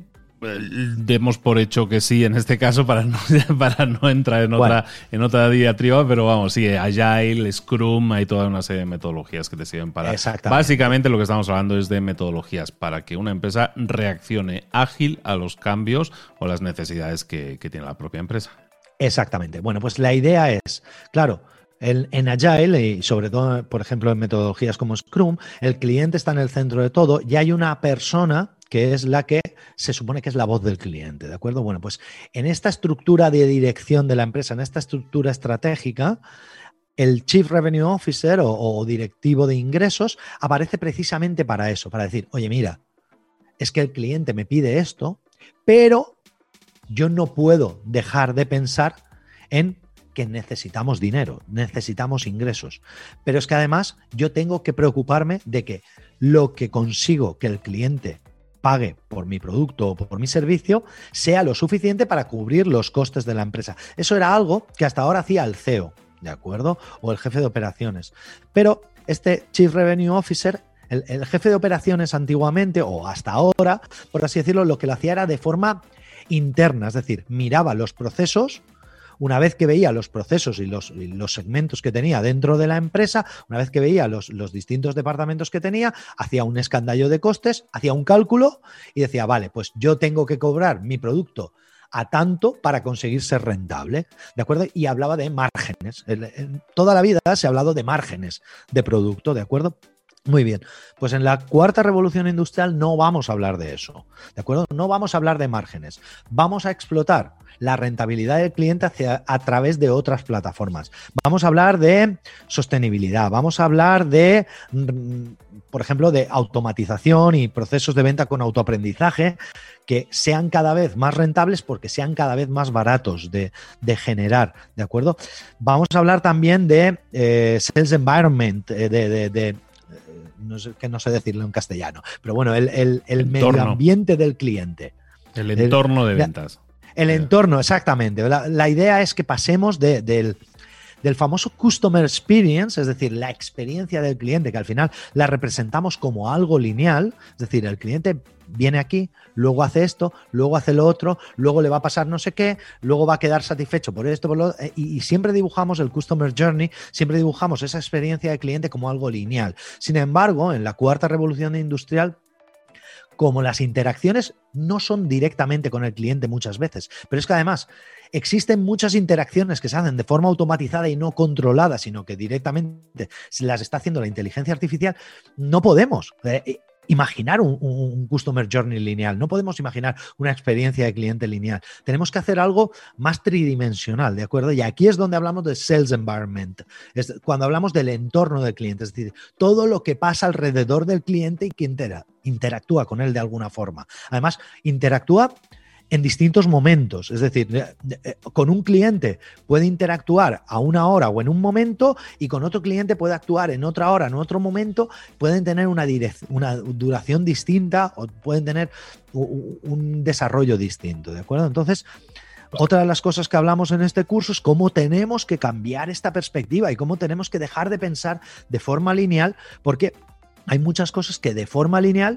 demos por hecho que sí, en este caso, para no, para no entrar en otra, bueno. en otra diatriba, pero vamos, sí, Agile, Scrum, hay toda una serie de metodologías que te sirven para... Básicamente lo que estamos hablando es de metodologías para que una empresa reaccione ágil a los cambios o las necesidades que, que tiene la propia empresa. Exactamente. Bueno, pues la idea es, claro, el, en Agile y sobre todo, por ejemplo, en metodologías como Scrum, el cliente está en el centro de todo y hay una persona que es la que se supone que es la voz del cliente, ¿de acuerdo? Bueno, pues en esta estructura de dirección de la empresa, en esta estructura estratégica, el Chief Revenue Officer o, o directivo de ingresos aparece precisamente para eso, para decir, oye, mira, es que el cliente me pide esto, pero yo no puedo dejar de pensar en que necesitamos dinero, necesitamos ingresos. Pero es que además yo tengo que preocuparme de que lo que consigo que el cliente pague por mi producto o por mi servicio sea lo suficiente para cubrir los costes de la empresa. Eso era algo que hasta ahora hacía el C E O, ¿de acuerdo? O el jefe de operaciones. Pero este Chief Revenue Officer, el, el jefe de operaciones antiguamente o hasta ahora, por así decirlo, lo que lo hacía era de forma interna, es decir, miraba los procesos, una vez que veía los procesos y los, y los segmentos que tenía dentro de la empresa, una vez que veía los, los distintos departamentos que tenía, hacía un escandallo de costes, hacía un cálculo y decía, vale, pues yo tengo que cobrar mi producto a tanto para conseguir ser rentable, ¿de acuerdo? Y hablaba de márgenes. En, en toda la vida se ha hablado de márgenes de producto, ¿de acuerdo? Muy bien, pues en la cuarta revolución industrial no vamos a hablar de eso, ¿de acuerdo? No vamos a hablar de márgenes, vamos a explotar la rentabilidad del cliente hacia, a través de otras plataformas. Vamos a hablar de sostenibilidad, vamos a hablar de, por ejemplo, de automatización y procesos de venta con autoaprendizaje que sean cada vez más rentables porque sean cada vez más baratos de, de generar, ¿de acuerdo? Vamos a hablar también de eh, sales environment, eh, de... de, de No sé, que no sé decirlo en castellano, pero bueno, el, el, el medio ambiente del cliente. El entorno el, de ventas. El yeah. entorno, exactamente. La, la idea es que pasemos de, del, del famoso customer experience, es decir, la experiencia del cliente, que al final la representamos como algo lineal, es decir, el cliente viene aquí, luego hace esto, luego hace lo otro, luego le va a pasar no sé qué, luego va a quedar satisfecho por esto, por lo otro, y, y siempre dibujamos el customer journey, siempre dibujamos esa experiencia del cliente como algo lineal. Sin embargo, en la cuarta revolución industrial, como las interacciones no son directamente con el cliente muchas veces, pero es que además existen muchas interacciones que se hacen de forma automatizada y no controlada, sino que directamente se las está haciendo la inteligencia artificial, no podemos eh, imaginar un, un customer journey lineal, no podemos imaginar una experiencia de cliente lineal. Tenemos que hacer algo más tridimensional, ¿de acuerdo? Y aquí es donde hablamos de sales environment, es cuando hablamos del entorno del cliente, es decir, todo lo que pasa alrededor del cliente y que intera, interactúa con él de alguna forma. Además, interactúa en distintos momentos, es decir, con un cliente puede interactuar a una hora o en un momento y con otro cliente puede actuar en otra hora, en otro momento, pueden tener una, direc- una duración distinta o pueden tener un, un desarrollo distinto, ¿de acuerdo? Entonces, otra de las cosas que hablamos en este curso es cómo tenemos que cambiar esta perspectiva y cómo tenemos que dejar de pensar de forma lineal, porque hay muchas cosas que de forma lineal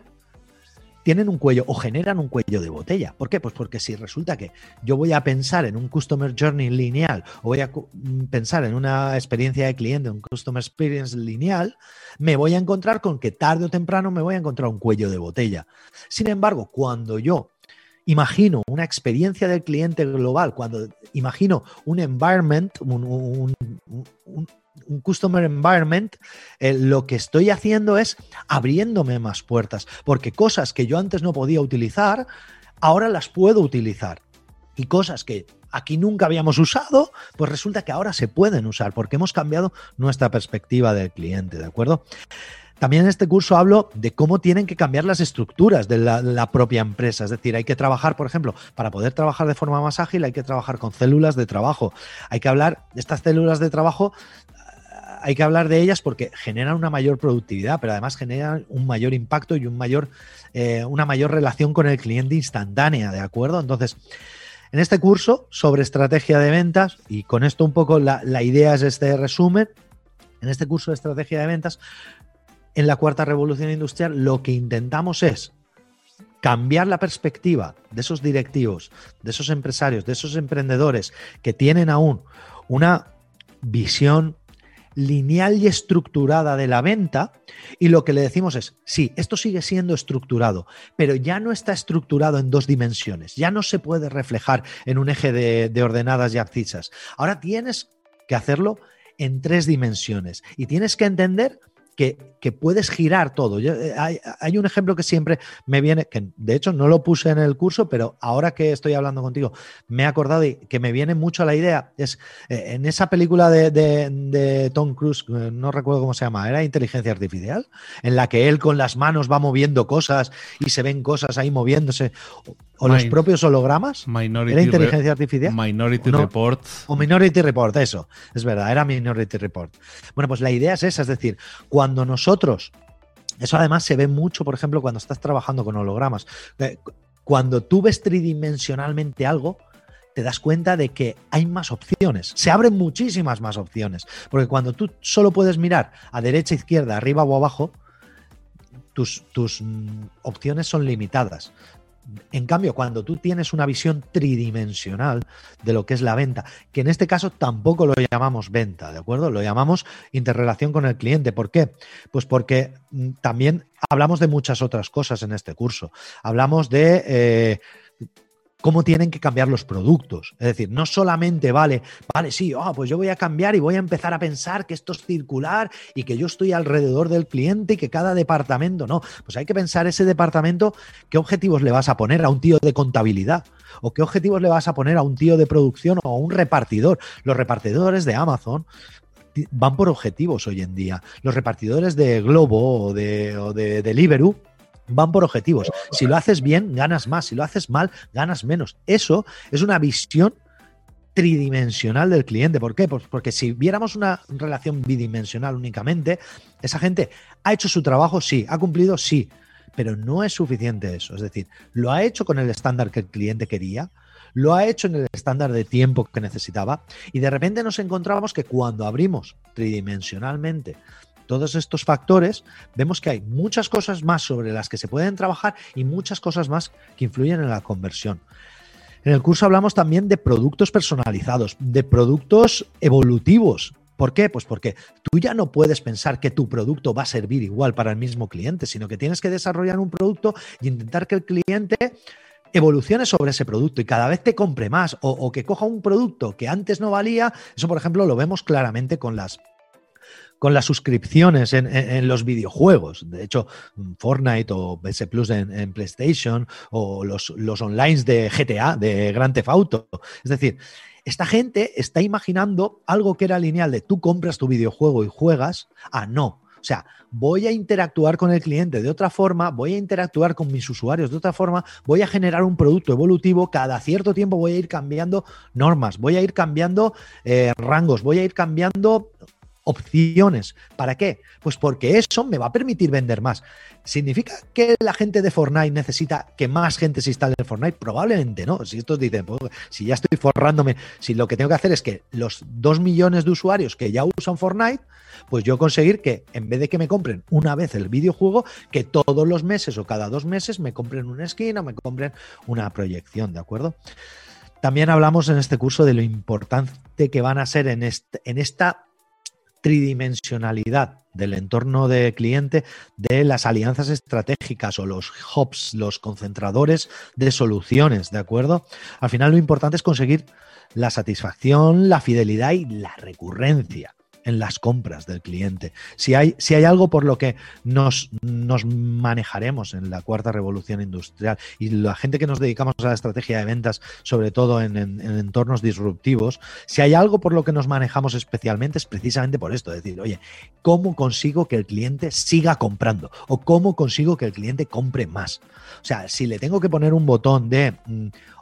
tienen un cuello o generan un cuello de botella. ¿Por qué? Pues porque si resulta que yo voy a pensar en un Customer Journey lineal o voy a pensar en una experiencia de cliente, un Customer Experience lineal, me voy a encontrar con que tarde o temprano me voy a encontrar un cuello de botella. Sin embargo, cuando yo imagino una experiencia del cliente global, cuando imagino un environment, un, un, un, un un customer environment, eh, lo que estoy haciendo es abriéndome más puertas, porque cosas que yo antes no podía utilizar, ahora las puedo utilizar. Y cosas que aquí nunca habíamos usado, pues resulta que ahora se pueden usar, porque hemos cambiado nuestra perspectiva del cliente, ¿de acuerdo? También en este curso hablo de cómo tienen que cambiar las estructuras de la, la propia empresa. Es decir, hay que trabajar, por ejemplo, para poder trabajar de forma más ágil, hay que trabajar con células de trabajo. Hay que hablar de estas células de trabajo. hay que hablar de ellas porque generan una mayor productividad, pero además generan un mayor impacto y un mayor, eh, una mayor relación con el cliente instantánea, ¿de acuerdo? Entonces, en este curso sobre estrategia de ventas, y con esto un poco la, la idea es este resumen, en este curso de estrategia de ventas, en la cuarta revolución industrial, lo que intentamos es cambiar la perspectiva de esos directivos, de esos empresarios, de esos emprendedores que tienen aún una visión lineal y estructurada de la venta, y lo que le decimos es, sí, esto sigue siendo estructurado, pero ya no está estructurado en dos dimensiones, ya no se puede reflejar en un eje de, de ordenadas y abscisas. Ahora tienes que hacerlo en tres dimensiones y tienes que entender Que, que puedes girar todo. Yo, hay, hay un ejemplo que siempre me viene, que de hecho no lo puse en el curso, pero ahora que estoy hablando contigo me he acordado y que me viene mucho a la idea. Es eh, en esa película de, de, de Tom Cruise, no recuerdo cómo se llama, ¿era Inteligencia Artificial? En la que él con las manos va moviendo cosas y se ven cosas ahí moviéndose. O, o los propios hologramas. Minority ¿Era Inteligencia Artificial? Minority no, Report. O Minority Report, eso. Es verdad, era Minority Report. Bueno, pues la idea es esa, es decir, cuando nosotros, eso además se ve mucho, por ejemplo, cuando estás trabajando con hologramas, cuando tú ves tridimensionalmente algo, te das cuenta de que hay más opciones, se abren muchísimas más opciones, porque cuando tú solo puedes mirar a derecha, izquierda, arriba o abajo, tus, tus mm, opciones son limitadas. En cambio, cuando tú tienes una visión tridimensional de lo que es la venta, que en este caso tampoco lo llamamos venta, ¿de acuerdo? Lo llamamos interrelación con el cliente. ¿Por qué? Pues porque también hablamos de muchas otras cosas en este curso. Hablamos de eh, cómo tienen que cambiar los productos. Es decir, no solamente vale, vale, sí, oh, pues yo voy a cambiar y voy a empezar a pensar que esto es circular y que yo estoy alrededor del cliente y que cada departamento, no. Pues hay que pensar ese departamento, qué objetivos le vas a poner a un tío de contabilidad o qué objetivos le vas a poner a un tío de producción o a un repartidor. Los repartidores de Amazon van por objetivos hoy en día. Los repartidores de Globo o de, o de Deliveroo van por objetivos. Si lo haces bien, ganas más. Si lo haces mal, ganas menos. Eso es una visión tridimensional del cliente. ¿Por qué? Pues porque si viéramos una relación bidimensional únicamente, esa gente ha hecho su trabajo, sí, ha cumplido, sí, pero no es suficiente eso. Es decir, lo ha hecho con el estándar que el cliente quería, lo ha hecho en el estándar de tiempo que necesitaba, y de repente nos encontramos que cuando abrimos tridimensionalmente todos estos factores, vemos que hay muchas cosas más sobre las que se pueden trabajar y muchas cosas más que influyen en la conversión. En el curso hablamos también de productos personalizados, de productos evolutivos. ¿Por qué? Pues porque tú ya no puedes pensar que tu producto va a servir igual para el mismo cliente, sino que tienes que desarrollar un producto y intentar que el cliente evolucione sobre ese producto y cada vez te compre más, o, o que coja un producto que antes no valía. Eso, por ejemplo, lo vemos claramente con las con las suscripciones en, en, en los videojuegos. De hecho, Fortnite o P S Plus en, en PlayStation, o los, los online de G T A, de Grand Theft Auto. Es decir, esta gente está imaginando algo que era lineal, de tú compras tu videojuego y juegas, a no. O sea, voy a interactuar con el cliente de otra forma, voy a interactuar con mis usuarios de otra forma, voy a generar un producto evolutivo, cada cierto tiempo voy a ir cambiando normas, voy a ir cambiando eh, rangos, voy a ir cambiando opciones. ¿Para qué? Pues porque eso me va a permitir vender más. ¿Significa que la gente de Fortnite necesita que más gente se instale en Fortnite? Probablemente no. Si estos dicen, pues, si ya estoy forrándome, si lo que tengo que hacer es que los dos millones de usuarios que ya usan Fortnite, pues yo conseguir que en vez de que me compren una vez el videojuego, que todos los meses o cada dos meses me compren una skin o me compren una proyección, ¿de acuerdo? También hablamos en este curso de lo importante que van a ser en, este, en esta tridimensionalidad del entorno de cliente, de las alianzas estratégicas o los hubs, los concentradores de soluciones, ¿de acuerdo? Al final lo importante es conseguir la satisfacción, la fidelidad y la recurrencia en las compras del cliente. Si hay, si hay algo por lo que nos, nos manejaremos en la cuarta revolución industrial, y la gente que nos dedicamos a la estrategia de ventas, sobre todo en, en, en entornos disruptivos, si hay algo por lo que nos manejamos especialmente es precisamente por esto, es decir, oye, ¿cómo consigo que el cliente siga comprando? ¿O cómo consigo que el cliente compre más? O sea, si le tengo que poner un botón de,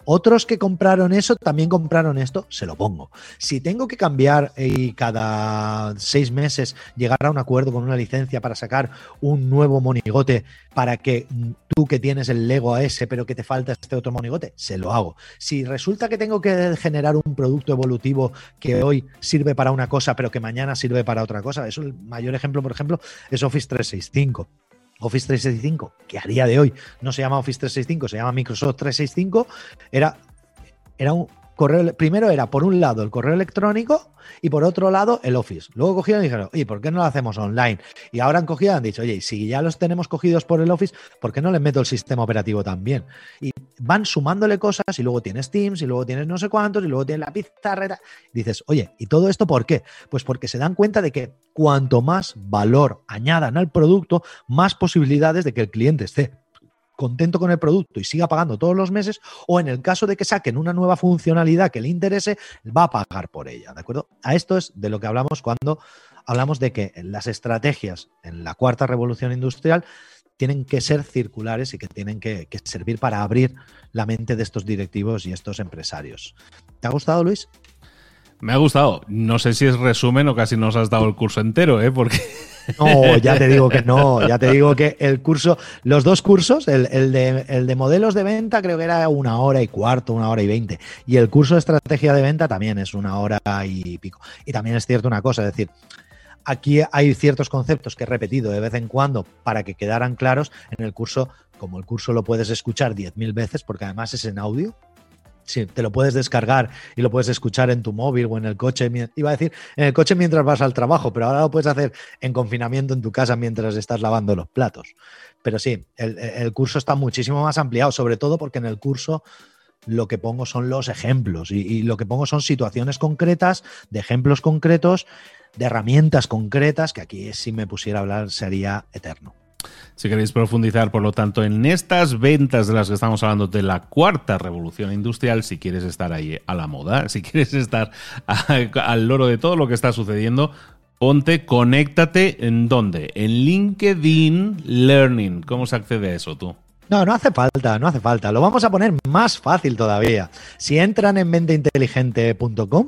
Otros que compraron eso también compraron esto, se lo pongo. Si tengo que cambiar y cada seis meses llegar a un acuerdo con una licencia para sacar un nuevo monigote para que tú que tienes el Lego a ese pero que te falta este otro monigote, se lo hago. Si resulta que tengo que generar un producto evolutivo que hoy sirve para una cosa pero que mañana sirve para otra cosa, eso, el mayor ejemplo, por ejemplo, es Office trescientos sesenta y cinco. Office trescientos sesenta y cinco, que a día de hoy no se llama Office trescientos sesenta y cinco, se llama Microsoft trescientos sesenta y cinco, era, era un correo, primero era por un lado el correo electrónico y por otro lado el Office. Luego cogieron y dijeron, oye, ¿por qué no lo hacemos online? Y ahora han cogido y han dicho, oye, si ya los tenemos cogidos por el Office, ¿por qué no les meto el sistema operativo también? Y van sumándole cosas y luego tienes Teams y luego tienes no sé cuántos y luego tienes la pizarra. Dices, oye, ¿y todo esto por qué? Pues porque se dan cuenta de que cuanto más valor añadan al producto, más posibilidades de que el cliente esté contento con el producto y siga pagando todos los meses, o en el caso de que saquen una nueva funcionalidad que le interese, va a pagar por ella, ¿de acuerdo? A esto es de lo que hablamos cuando hablamos de que las estrategias en la cuarta revolución industrial tienen que ser circulares y que tienen que, que servir para abrir la mente de estos directivos y estos empresarios. ¿Te ha gustado, Luis? Me ha gustado. No sé si es resumen o casi nos has dado el curso entero, ¿eh? Porque... No, ya te digo que no, ya te digo que el curso, los dos cursos, el, el, de, el de modelos de venta creo que era una hora y cuarto, una hora y veinte, y el curso de estrategia de venta también es una hora y pico. Y también es cierto una cosa, es decir, aquí hay ciertos conceptos que he repetido de vez en cuando para que quedaran claros en el curso, como el curso lo puedes escuchar diez mil veces, porque además es en audio. Sí, te lo puedes descargar y lo puedes escuchar en tu móvil o en el coche. Iba a decir en el coche mientras vas al trabajo, pero ahora lo puedes hacer en confinamiento en tu casa mientras estás lavando los platos. Pero sí, el, el curso está muchísimo más ampliado, sobre todo porque en el curso lo que pongo son los ejemplos y, y lo que pongo son situaciones concretas, de ejemplos concretos, de herramientas concretas, que aquí si me pusiera a hablar sería eterno. Si queréis profundizar, por lo tanto, en estas ventas de las que estamos hablando de la cuarta revolución industrial, si quieres estar ahí a la moda, si quieres estar a, al loro de todo lo que está sucediendo, ponte, conéctate, ¿en dónde? En LinkedIn Learning. ¿Cómo se accede a eso tú? No, no hace falta, no hace falta. Lo vamos a poner más fácil todavía. Si entran en mente inteligente punto com,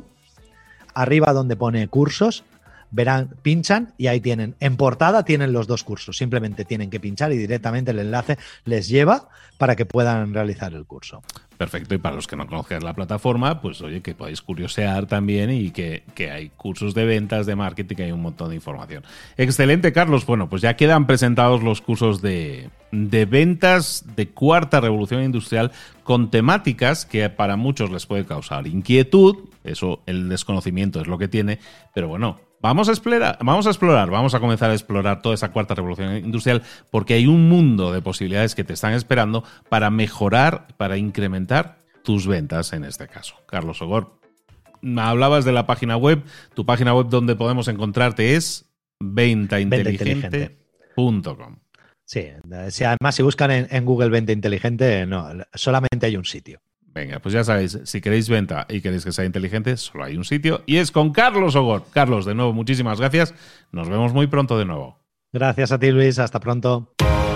arriba donde pone cursos, verán, pinchan y ahí tienen, en portada tienen los dos cursos, simplemente tienen que pinchar y directamente el enlace les lleva para que puedan realizar el curso. Perfecto, y para los que no conozcáis la plataforma, pues oye, que podéis curiosear también y que, que hay cursos de ventas, de marketing, que hay un montón de información. Excelente, Carlos. Bueno, pues ya quedan presentados los cursos de, de ventas de cuarta revolución industrial con temáticas que para muchos les puede causar inquietud, eso, el desconocimiento es lo que tiene, pero bueno, Vamos a explorar, vamos a explorar, vamos a comenzar a explorar toda esa cuarta revolución industrial porque hay un mundo de posibilidades que te están esperando para mejorar, para incrementar tus ventas en este caso. Carlos Sogor, hablabas de la página web, tu página web donde podemos encontrarte es venta inteligente punto com. Sí, si además si buscan en, en Google Venta Inteligente, no, solamente hay un sitio. Venga, pues ya sabéis, si queréis venta y queréis que sea inteligente, solo hay un sitio y es con Carlos Sogor. Carlos, de nuevo, muchísimas gracias. Nos vemos muy pronto de nuevo. Gracias a ti, Luis. Hasta pronto.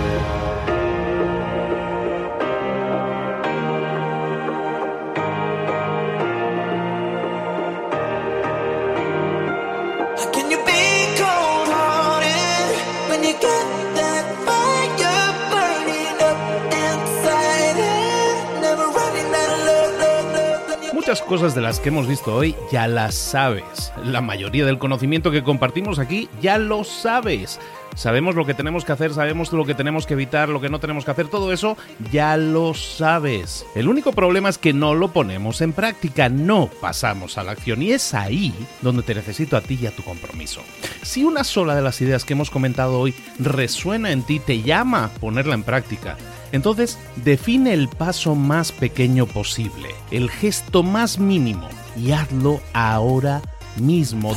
Muchas cosas de las que hemos visto hoy ya las sabes. La mayoría del conocimiento que compartimos aquí ya lo sabes. Sabemos lo que tenemos que hacer, sabemos lo que tenemos que evitar, lo que no tenemos que hacer, todo eso ya lo sabes. El único problema es que no lo ponemos en práctica, no pasamos a la acción y es ahí donde te necesito a ti y a tu compromiso. Si una sola de las ideas que hemos comentado hoy resuena en ti, te llama a ponerla en práctica, entonces define el paso más pequeño posible, el gesto más mínimo y hazlo ahora mismo.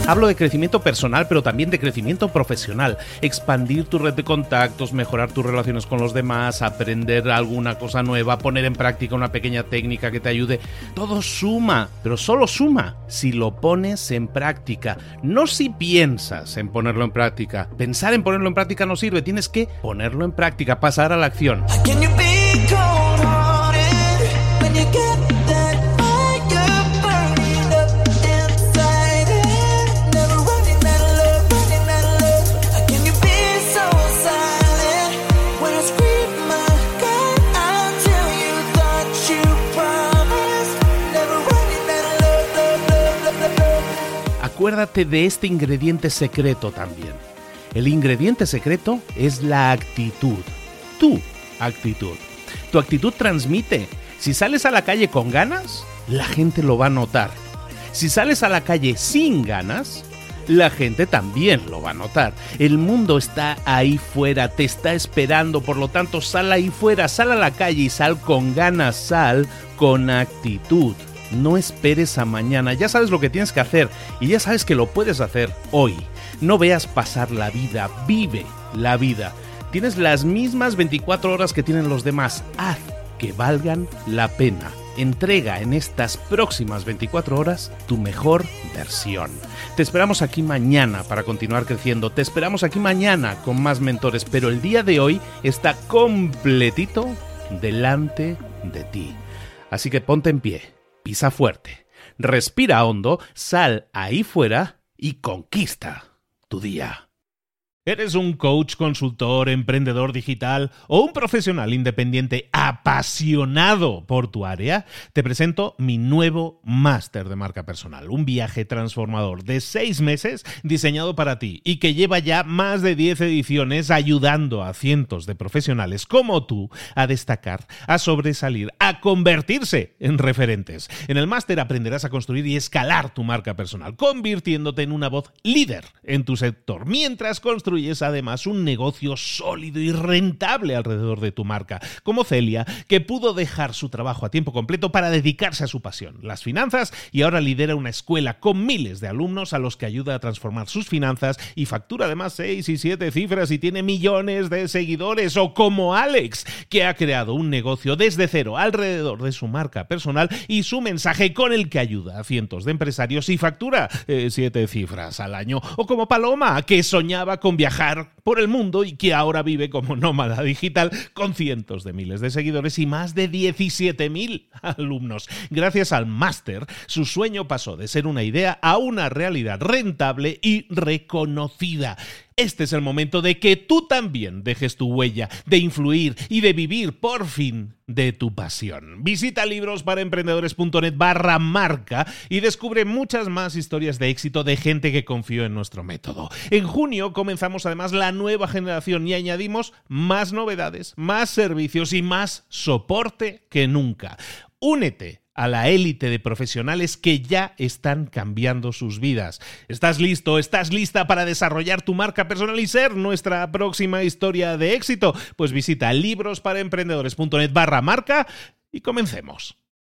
Hablo de crecimiento personal, pero también de crecimiento profesional. Expandir tu red de contactos, mejorar tus relaciones con los demás, aprender alguna cosa nueva, poner en práctica una pequeña técnica que te ayude. Todo suma, pero solo suma si lo pones en práctica. No si piensas en ponerlo en práctica. Pensar en ponerlo en práctica no sirve. Tienes que ponerlo en práctica, pasar a la acción. Acuérdate de este ingrediente secreto también. El ingrediente secreto es la actitud. Tu actitud. Tu actitud transmite. Si sales a la calle con ganas, la gente lo va a notar. Si sales a la calle sin ganas, la gente también lo va a notar. El mundo está ahí fuera, te está esperando, por lo tanto, sal ahí fuera, sal a la calle y sal con ganas, sal con actitud. No esperes a mañana, ya sabes lo que tienes que hacer y ya sabes que lo puedes hacer hoy. No veas pasar la vida, vive la vida. Tienes las mismas veinticuatro horas que tienen los demás, haz que valgan la pena. Entrega en estas próximas veinticuatro horas tu mejor versión. Te esperamos aquí mañana para continuar creciendo, te esperamos aquí mañana con más mentores, pero el día de hoy está completito delante de ti. Así que ponte en pie. Pisa fuerte, respira hondo, sal ahí fuera y conquista tu día. ¿Eres un coach, consultor, emprendedor digital o un profesional independiente apasionado por tu área? Te presento mi nuevo máster de marca personal, un viaje transformador de seis meses diseñado para ti y que lleva ya más de diez ediciones ayudando a cientos de profesionales como tú a destacar, a sobresalir, a convertirse en referentes. En el máster aprenderás a construir y escalar tu marca personal, convirtiéndote en una voz líder en tu sector, mientras construyes además un negocio sólido y rentable alrededor de tu marca, como Celia, que pudo dejar su trabajo a tiempo completo para dedicarse a su pasión, las finanzas, y ahora lidera una escuela con miles de alumnos a los que ayuda a transformar sus finanzas y factura además seis y siete cifras y tiene millones de seguidores, o como Alex, que ha creado un negocio desde cero alrededor de su marca personal y su mensaje con el que ayuda a cientos de empresarios y factura eh, siete cifras al año, o como Paloma, que soñaba con viajar por el mundo y que ahora vive como nómada digital con cientos de miles de seguidores y más de diecisiete mil alumnos. Gracias al máster, su sueño pasó de ser una idea a una realidad rentable y reconocida. Este es el momento de que tú también dejes tu huella, de influir y de vivir por fin de tu pasión. Visita librosparaemprendedores.net barra marca y descubre muchas más historias de éxito de gente que confió en nuestro método. En junio comenzamos además la nueva generación y añadimos más novedades, más servicios y más soporte que nunca. Únete a la élite de profesionales que ya están cambiando sus vidas. ¿Estás listo? ¿Estás lista para desarrollar tu marca personal y ser nuestra próxima historia de éxito? Pues visita librosparaemprendedores.net barra marca y comencemos.